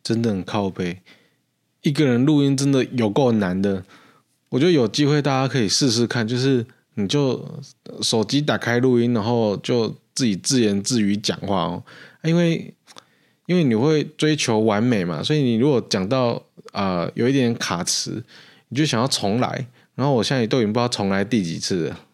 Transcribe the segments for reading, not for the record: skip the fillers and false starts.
真的很靠北。一个人录音真的有够难的，我觉得有机会大家可以试试看，就是你就手机打开录音，然后就自己自言自语讲话哦，因为你会追求完美嘛，所以你如果讲到有一点卡词，你就想要重来，然后我现在都已经不知道重来第几次了。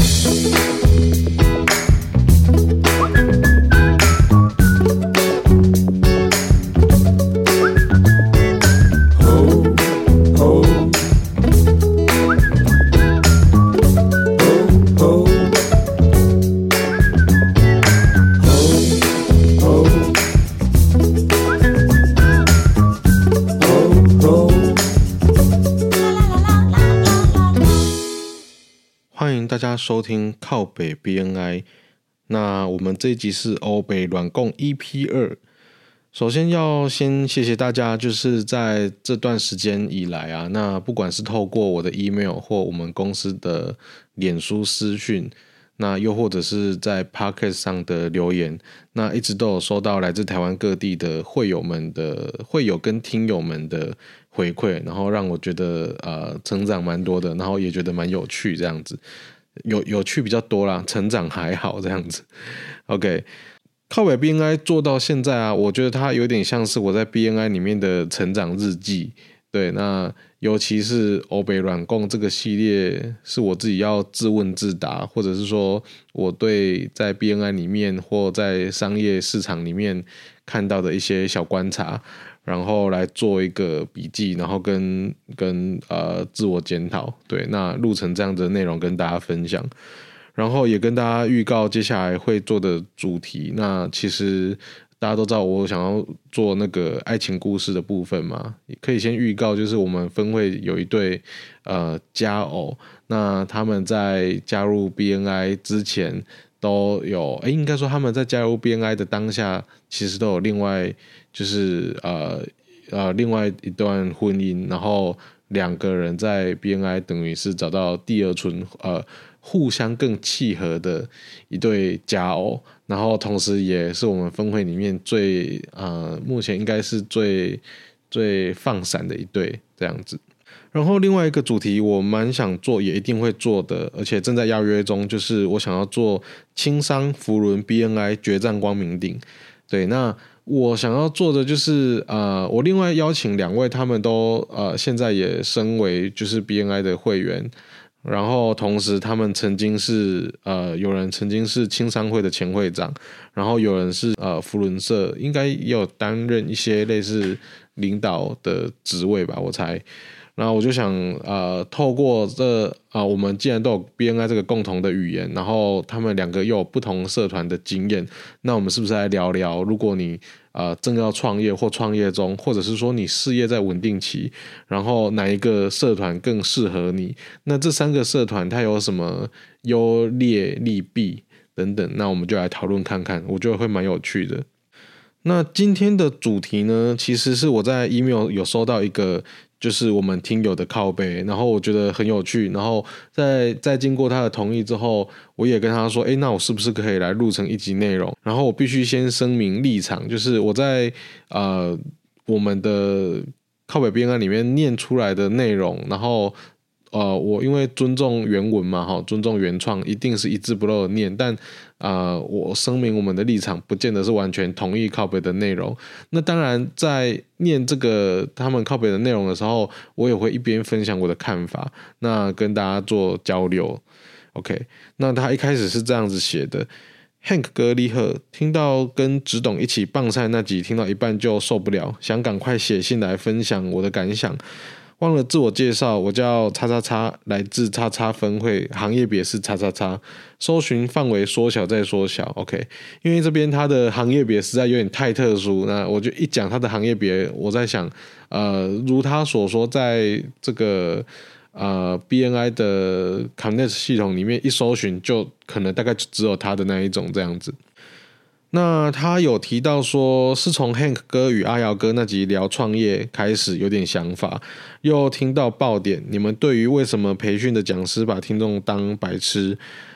欢迎大家收听靠北 BNI。 那我们这一集是欧北软共 EP2。 首先要先谢谢大家，就是在这段时间以来啊，那不管是透过我的 email 或我们公司的脸书私讯，那又或者是在 Podcast 上的留言，那一直都有收到来自台湾各地的会友跟听友们的回馈，然后让我觉得成长蛮多的，然后也觉得蛮有趣这样子，有趣比较多啦，成长还好这样子。 OK， 靠北 BNI 做到现在啊，我觉得它有点像是我在 BNI 里面的成长日记。对，那尤其是欧北软共这个系列是我自己要自问自答，或者是说我对在 BNI 里面或在商业市场里面看到的一些小观察，然后来做一个笔记，然后跟自我检讨。对，那录成这样的内容跟大家分享，然后也跟大家预告接下来会做的主题。那其实大家都知道我想要做那个爱情故事的部分嘛，可以先预告，就是我们分会有一对佳偶，那他们在加入 BNI 之前都有应该说他们在加入 BNI 的当下其实都有另外就是另外一段婚姻，然后两个人在 BNI 等于是找到第二春，互相更契合的一对佳偶，然后同时也是我们分会里面最目前应该是最放闪的一对这样子。然后另外一个主题我蛮想做，也一定会做的，而且正在邀约中，就是我想要做轻商福伦 BNI 决战光明顶。对，那我想要做的就是我另外邀请两位，他们都现在也升为就是 BNI 的会员，然后同时他们曾经是有人曾经是青商会的前会长，然后有人是福伦社应该也有担任一些类似领导的职位吧，我猜。然后我就想透过我们既然都有 BNI 这个共同的语言，然后他们两个又有不同社团的经验，那我们是不是来聊聊，如果你正要创业或创业中，或者是说你事业在稳定期，然后哪一个社团更适合你，那这三个社团它有什么优劣利弊等等，那我们就来讨论看看，我觉得会蛮有趣的。那今天的主题呢，其实是我在 email 有收到一个就是我们听友的靠北，然后我觉得很有趣，然后在经过他的同意之后，我也跟他说那我是不是可以来录成一集内容。然后我必须先声明立场，就是我在我们的靠北 BNI 里面念出来的内容，然后我因为尊重原文嘛，尊重原创，一定是一字不漏的念，但我声明我们的立场不见得是完全同意靠北的内容。那当然在念这个他们靠北的内容的时候，我也会一边分享我的看法，那跟大家做交流。 OK， 那他一开始是这样子写的： Hank 哥你好，听到跟直董一起棒赛那集听到一半就受不了，想赶快写信来分享我的感想。忘了自我介绍，我叫叉叉叉，来自叉叉分会，行业别是叉叉叉，搜寻范围缩小再缩小。 OK， 因为这边它的行业别实在有点太特殊，那我就一讲它的行业别，我在想如他所说，在这个BNI 的 Connect 系统里面一搜寻，就可能大概只有他的那一种这样子。那他有提到说是从 Hank 哥与阿瑶哥那集聊创业开始有点想法，又听到爆点，你们对于为什么培训的讲师把听众当白痴，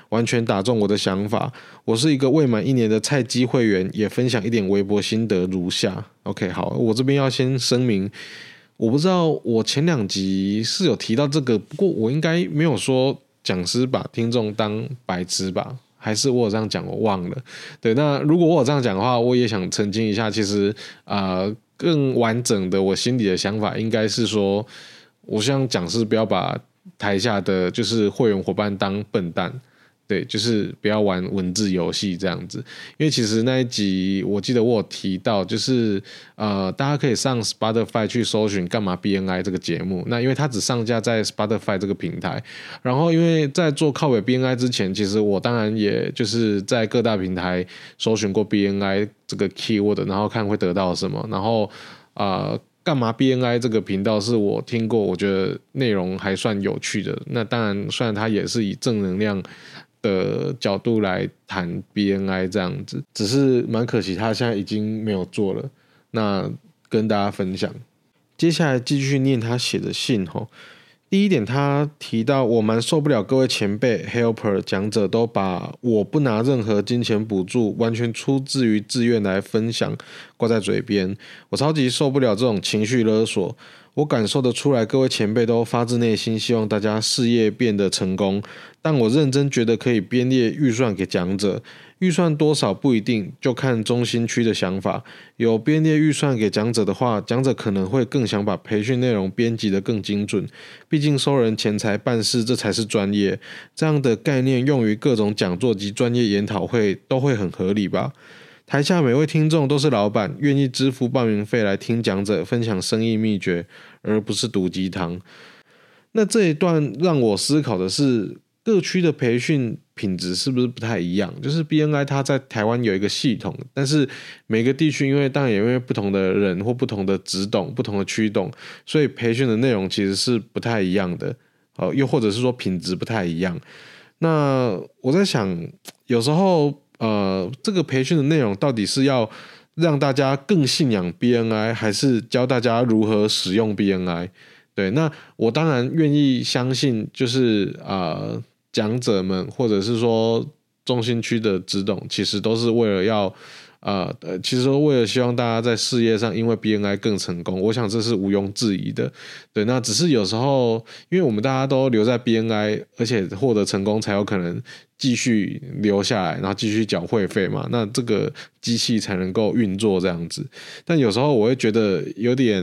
完全打中我的想法。我是一个未满1年的菜鸡会员，也分享一点微博心得如下。OK， 好，我这边要先声明，我不知道我前2集是有提到这个，不过我应该没有说讲师把听众当白痴吧？还是我有这样讲，我忘了。对，那如果我有这样讲的话，我也想澄清一下，其实更完整的我心里的想法应该是说，我希望讲师不要把台下的就是会员伙伴当笨蛋。对，就是不要玩文字游戏这样子，因为其实那一集我记得我有提到，就是大家可以上 Spotify 去搜寻干嘛 BNI 这个节目，那因为它只上架在 Spotify 这个平台，然后因为在做靠北 BNI 之前，其实我当然也就是在各大平台搜寻过 BNI 这个 keyword， 然后看会得到什么，然后干嘛 BNI 这个频道是我听过，我觉得内容还算有趣的。那当然，虽然它也是以正能量的角度来谈 BNI 这样子，只是蛮可惜他现在已经没有做了。那跟大家分享，接下来继续念他写的信吼。第一点，他提到我蛮受不了各位前辈 helper 讲者都把我不拿任何金钱补助，完全出自于自愿来分享挂在嘴边，我超级受不了这种情绪勒索。我感受得出来，各位前辈都发自内心希望大家事业变得成功，但我认真觉得可以编列预算给讲者，预算多少不一定，就看中心区的想法。有编列预算给讲者的话，讲者可能会更想把培训内容编辑得更精准，毕竟收人钱财办事，这才是专业。这样的概念用于各种讲座及专业研讨会都会很合理吧。台下每位听众都是老板，愿意支付报名费来听讲者分享生意秘诀，而不是毒鸡汤。那这一段让我思考的是，各区的培训品质是不是不太一样？就是 BNI 它在台湾有一个系统，但是每个地区当然也因为不同的人或不同的职董、不同的区董，所以培训的内容其实是不太一样的，又或者是说品质不太一样。那我在想，有时候这个培训的内容到底是要让大家更信仰 BNI， 还是教大家如何使用 BNI？ 对，那我当然愿意相信，就是讲者们或者是说中心区的职董，其实都是为了要其实为了希望大家在事业上因为 BNI 更成功，我想这是毋庸置疑的。对，那只是有时候因为我们大家都留在 BNI， 而且获得成功才有可能继续留下来，然后继续缴会费嘛，那这个机器才能够运作这样子。但有时候我会觉得有点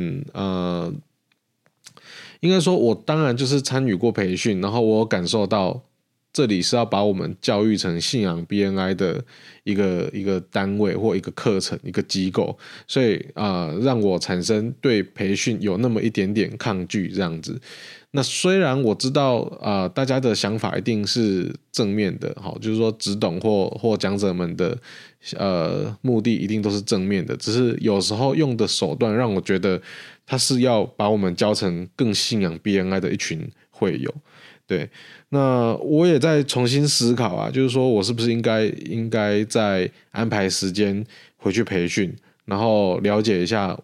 应该说我当然就是参与过培训，然后我有感受到这里是要把我们教育成信仰 BNI 的一个单位或一个课程一个机构，所以让我产生对培训有那么一点点抗拒这样子。那虽然我知道大家的想法一定是正面的，就是说只懂或讲者们的目的一定都是正面的，只是有时候用的手段让我觉得他是要把我们教成更信仰 BNI 的一群会友。对，那我也在重新思考就是说我是不是应该再安排时间回去培训，然后了解一下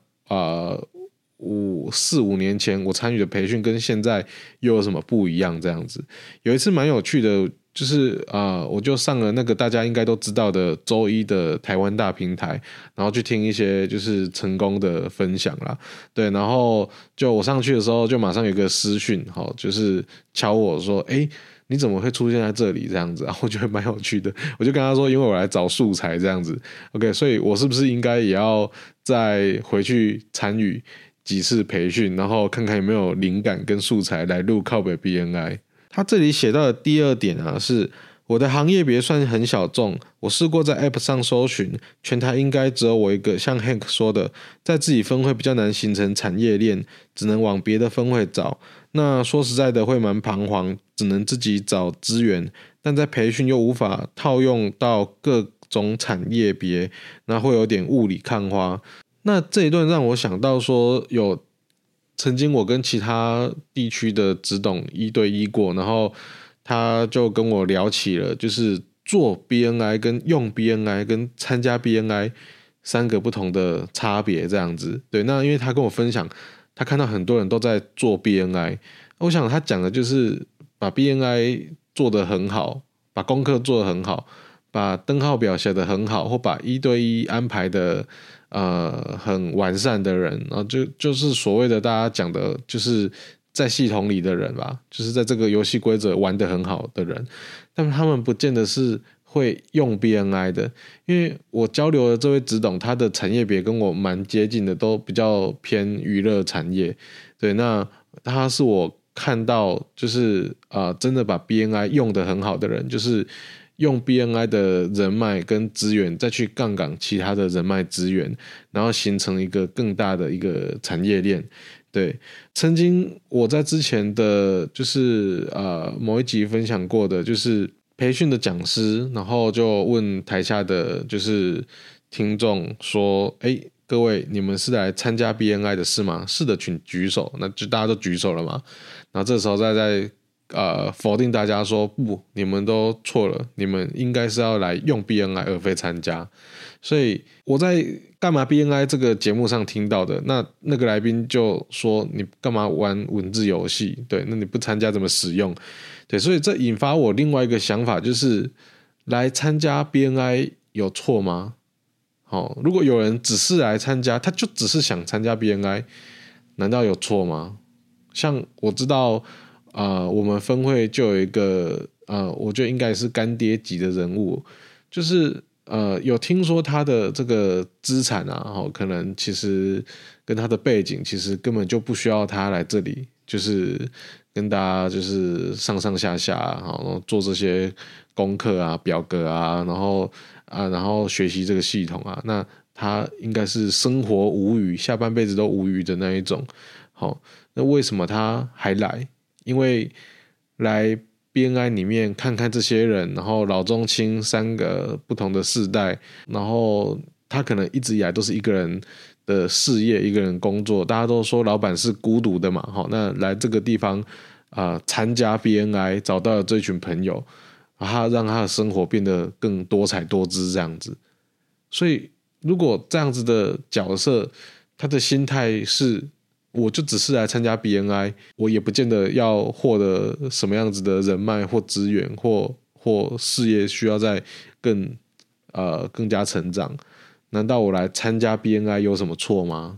4-5年前我参与的培训跟现在又有什么不一样这样子。有一次蛮有趣的，就是我就上了那个大家应该都知道的周一的台湾大平台，然后去听一些就是成功的分享啦。对，然后就我上去的时候就马上有一个私讯就是敲我说你怎么会出现在这里这样子我觉得蛮有趣的，我就跟他说因为我来找素材这样子。 OK， 所以我是不是应该也要再回去参与几次培训，然后看看有没有灵感跟素材来录靠北 BNI。 他这里写到的第二点是我的行业别算很小众，我试过在 App 上搜寻，全台应该只有我一个，像 Hank 说的，在自己分会比较难形成产业链，只能往别的分会找。那说实在的会蛮彷徨，只能自己找资源，但在培训又无法套用到各种产业别，那会有点雾里看花。那这一段让我想到说，曾经我跟其他地区的职董1对1过，然后他就跟我聊起了就是做 BNI 跟用 BNI 跟参加 BNI 3个不同的差别这样子。对，那因为他跟我分享他看到很多人都在做 BNI， 我想他讲的就是把 BNI 做得很好， 把功课做得很好，把灯号表写得很好，或把1对1安排的很完善的人，然后就是所谓的大家讲的，就是在系统里的人吧，就是在这个游戏规则玩得很好的人，但他们不见得是会用 BNI 的，因为我交流的这位直董，他的产业别跟我蛮接近的，都比较偏娱乐产业。对，那他是我看到就是真的把 BNI 用得很好的人，就是用 BNI 的人脉跟资源再去杠杆其他的人脉资源，然后形成一个更大的一个产业链。对，曾经我在之前的就是某一集分享过的，就是培训的讲师，然后就问台下的就是听众说，各位你们是来参加 BNI 的是吗？是的请举手，那就大家都举手了嘛。然后这时候再否定大家说不，你们都错了，你们应该是要来用 BNI 而非参加。所以我在干嘛 BNI 这个节目上听到的，那个来宾就说你干嘛玩文字游戏？对，那你不参加怎么使用？对，所以这引发我另外一个想法，就是来参加 BNI 有错吗？如果有人只是来参加，他就只是想参加 BNI， 难道有错吗？像我知道我们分会就有一个我觉得应该是干爹级的人物，就是有听说他的这个资产可能其实跟他的背景其实根本就不需要他来这里，就是跟大家就是上上下下然后做这些功课表格然后学习这个系统那他应该是生活无虞，下半辈子都无虞的那一种。那为什么他还来？因为来 BNI 里面看看这些人，然后老中青3个不同的世代，然后他可能一直以来都是一个人的事业，一个人工作，大家都说老板是孤独的嘛，那来这个地方参加 BNI 找到了这群朋友，他让他的生活变得更多彩多姿这样子。所以如果这样子的角色，他的心态是我就只是来参加 BNI， 我也不见得要获得什么样子的人脉或资源或事业需要再更加成长，难道我来参加 BNI 有什么错吗？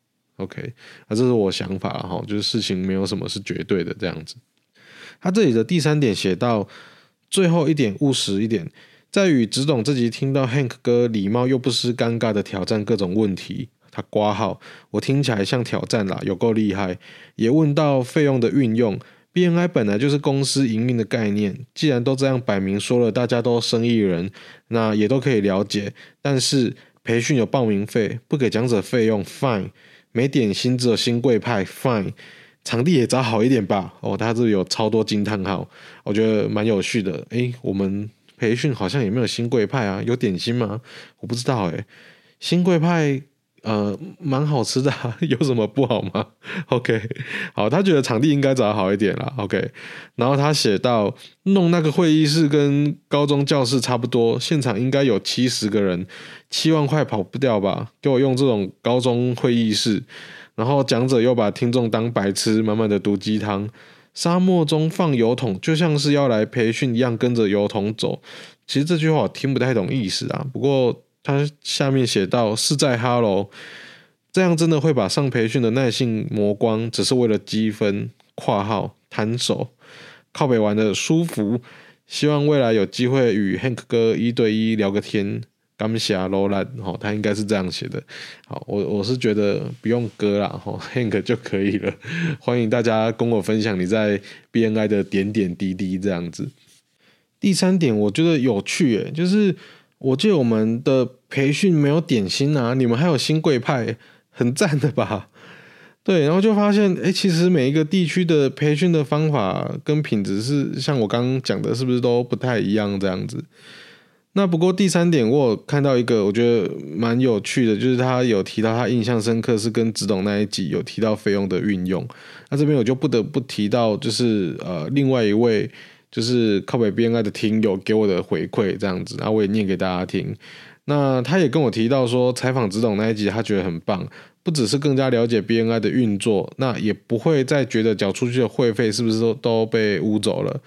OK， 这是我想法就是事情没有什么是绝对的这样子。他这里的第3点写到，最后一点务实一点，在与直董这集听到 Hank 哥礼貌又不失尴尬的挑战各种问题，他括号我听起来像挑战啦，有够厉害。也问到费用的运用， BNI 本来就是公司营运的概念，既然都这样摆明说了，大家都生意人，那也都可以了解。但是培训有报名费，不给讲者费用 fine， 没点心只有新贵派 fine， 场地也找好一点吧。他这里有超多惊叹号，我觉得蛮有趣的。我们培训好像也没有新贵派有点心吗？我不知道新贵派蛮好吃的有什么不好吗？ OK， 好，他觉得场地应该找好一点啦。 OK， 然后他写到弄那个会议室跟高中教室差不多，现场应该有70个人，7万块跑不掉吧？给我用这种高中会议室，然后讲者又把听众当白痴，满满的毒鸡汤。沙漠中放油桶就像是要来培训一样，跟着油桶走。其实这句话我听不太懂意思不过他下面写到是在哈喽，这样真的会把上培训的耐性磨光，只是为了积分括号摊手靠北玩的舒服，希望未来有机会与 Hank 哥1对1聊个天，感谢罗兰他应该是这样写的。好，我是觉得不用哥啦Hank 就可以了。欢迎大家跟我分享你在 BNI 的点点滴滴这样子。第3点我觉得有趣就是我记得我们的培训没有点心你们还有新贵派，很赞的吧？对，然后就发现其实每一个地区的培训的方法跟品质是像我刚刚讲的，是不是都不太一样这样子？那不过第3点我有看到一个我觉得蛮有趣的，就是他有提到他印象深刻是跟直董那一集有提到费用的运用。那这边我就不得不提到就是另外一位就是靠北 BNI 的听友给我的回馈这样子，然后我也念给大家听。那他也跟我提到说，采访直董那一集他觉得很棒，不只是更加了解 BNI 的运作，那也不会再觉得缴出去的会费是不是都被污走了。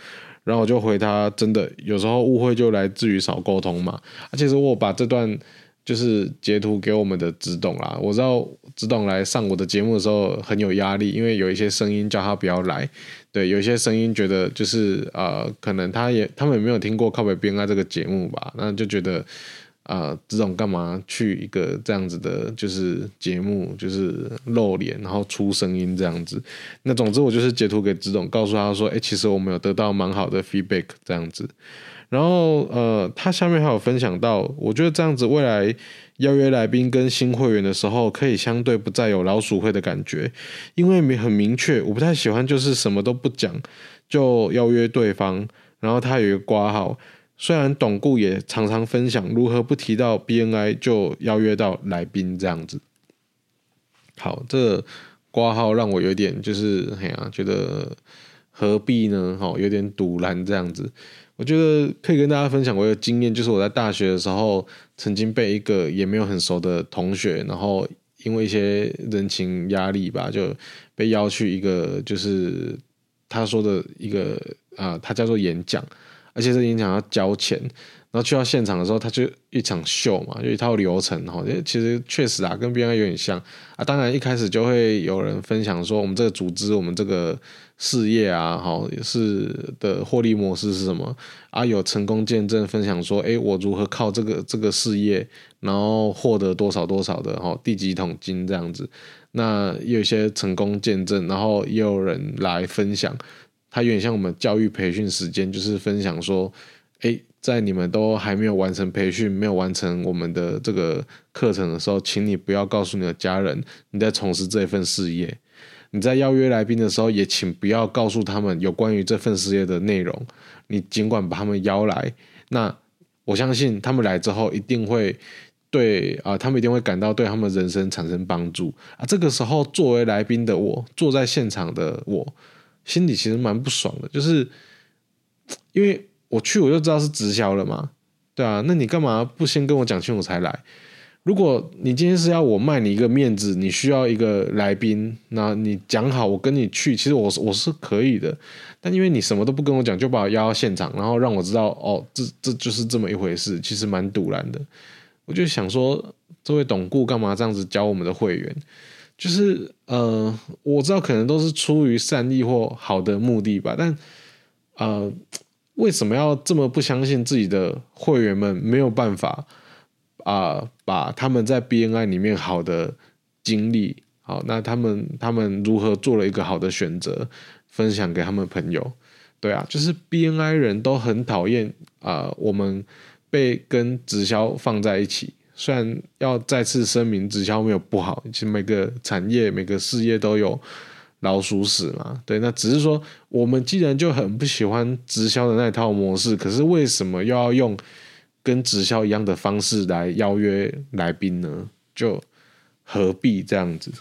然后我就回他，真的有时候误会就来自于少沟通嘛。其实我把这段就是截图给我们的直董啦，我知道直董来上我的节目的时候很有压力，因为有一些声音叫他不要来，对，有一些声音觉得就是可能他们也没有听过靠北边爱这个节目吧，那就觉得直董干嘛去一个这样子的，就是节目，就是露脸然后出声音这样子。那总之我就是截图给直董，告诉他说，其实我们有得到蛮好的 feedback 这样子。然后他下面还有分享到，我觉得这样子未来邀约来宾跟新会员的时候，可以相对不再有老鼠会的感觉，因为很明确，我不太喜欢就是什么都不讲就邀约对方，然后他有一个括号，虽然董顾也常常分享如何不提到 BNI 就邀约到来宾这样子。好，这个括号让我有点就是觉得何必呢？有点堵拦这样子。我觉得可以跟大家分享我一个经验，就是我在大学的时候曾经被一个也没有很熟的同学，然后因为一些人情压力吧，就被邀去一个就是他说的一个他叫做演讲，而且这演讲要交钱，然后去到现场的时候，他就一场秀嘛，就一套流程其实确实跟 BNI 有点像当然一开始就会有人分享说我们这个组织，我们这个事业是的获利模式是什么有成功见证分享说我如何靠这个事业然后获得多少多少的第几桶金这样子。那也有一些成功见证，然后也有人来分享，他有点像我们教育培训时间，就是分享说在你们都还没有完成培训，没有完成我们的这个课程的时候，请你不要告诉你的家人你在从事这份事业。你在邀约来宾的时候，也请不要告诉他们有关于这份事业的内容。你尽管把他们邀来，那我相信他们来之后一定会他们一定会感到对他们人生产生帮助这个时候作为来宾的我，坐在现场的我，心里其实蛮不爽的，就是因为我去我就知道是直销了嘛，对啊，那你干嘛不先跟我讲清楚才来？如果你今天是要我卖你一个面子，你需要一个来宾，那你讲好我跟你去，其实我是可以的，但因为你什么都不跟我讲，就把我邀到现场，然后让我知道这就是这么一回事，其实蛮堵然的。我就想说，这位董顾干嘛这样子教我们的会员？就是我知道可能都是出于善意或好的目的吧，但为什么要这么不相信自己的会员们没有办法把他们在 BNI 里面好的经历，好，那他们如何做了一个好的选择，分享给他们朋友？对啊，就是 BNI 人都很讨厌我们被跟直销放在一起。虽然要再次声明，直销没有不好，其实每个产业每个事业都有老鼠屎嘛，对，那只是说我们既然就很不喜欢直销的那套模式，可是为什么又要用跟直销一样的方式来邀约来宾呢？就何必这样子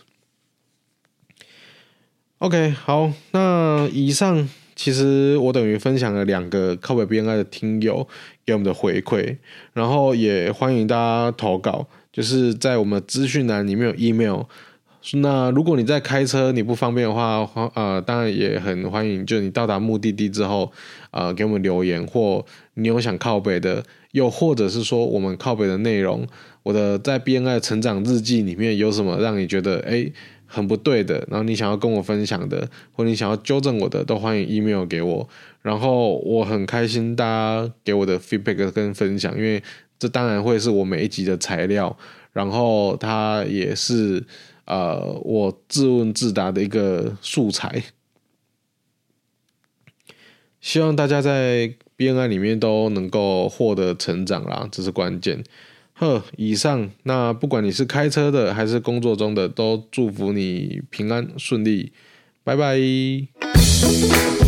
？OK， 好，那以上其实我等于分享了2个靠北 BNI 的听友给我们的回馈，然后也欢迎大家投稿，就是在我们资讯栏里面有 email。那如果你在开车你不方便的话，当然也很欢迎，就你到达目的地之后给我们留言，或你有想靠北的，又或者是说我们靠北的内容，我的在 BNI 成长日记里面有什么让你觉得很不对的，然后你想要跟我分享的，或你想要纠正我的，都欢迎 email 给我。然后我很开心大家给我的 feedback 跟分享，因为这当然会是我每一集的材料，然后它也是我自问自答的一个素材。希望大家在 BNI 里面都能够获得成长啦，这是关键。以上，那不管你是开车的还是工作中的，都祝福你平安顺利，拜拜。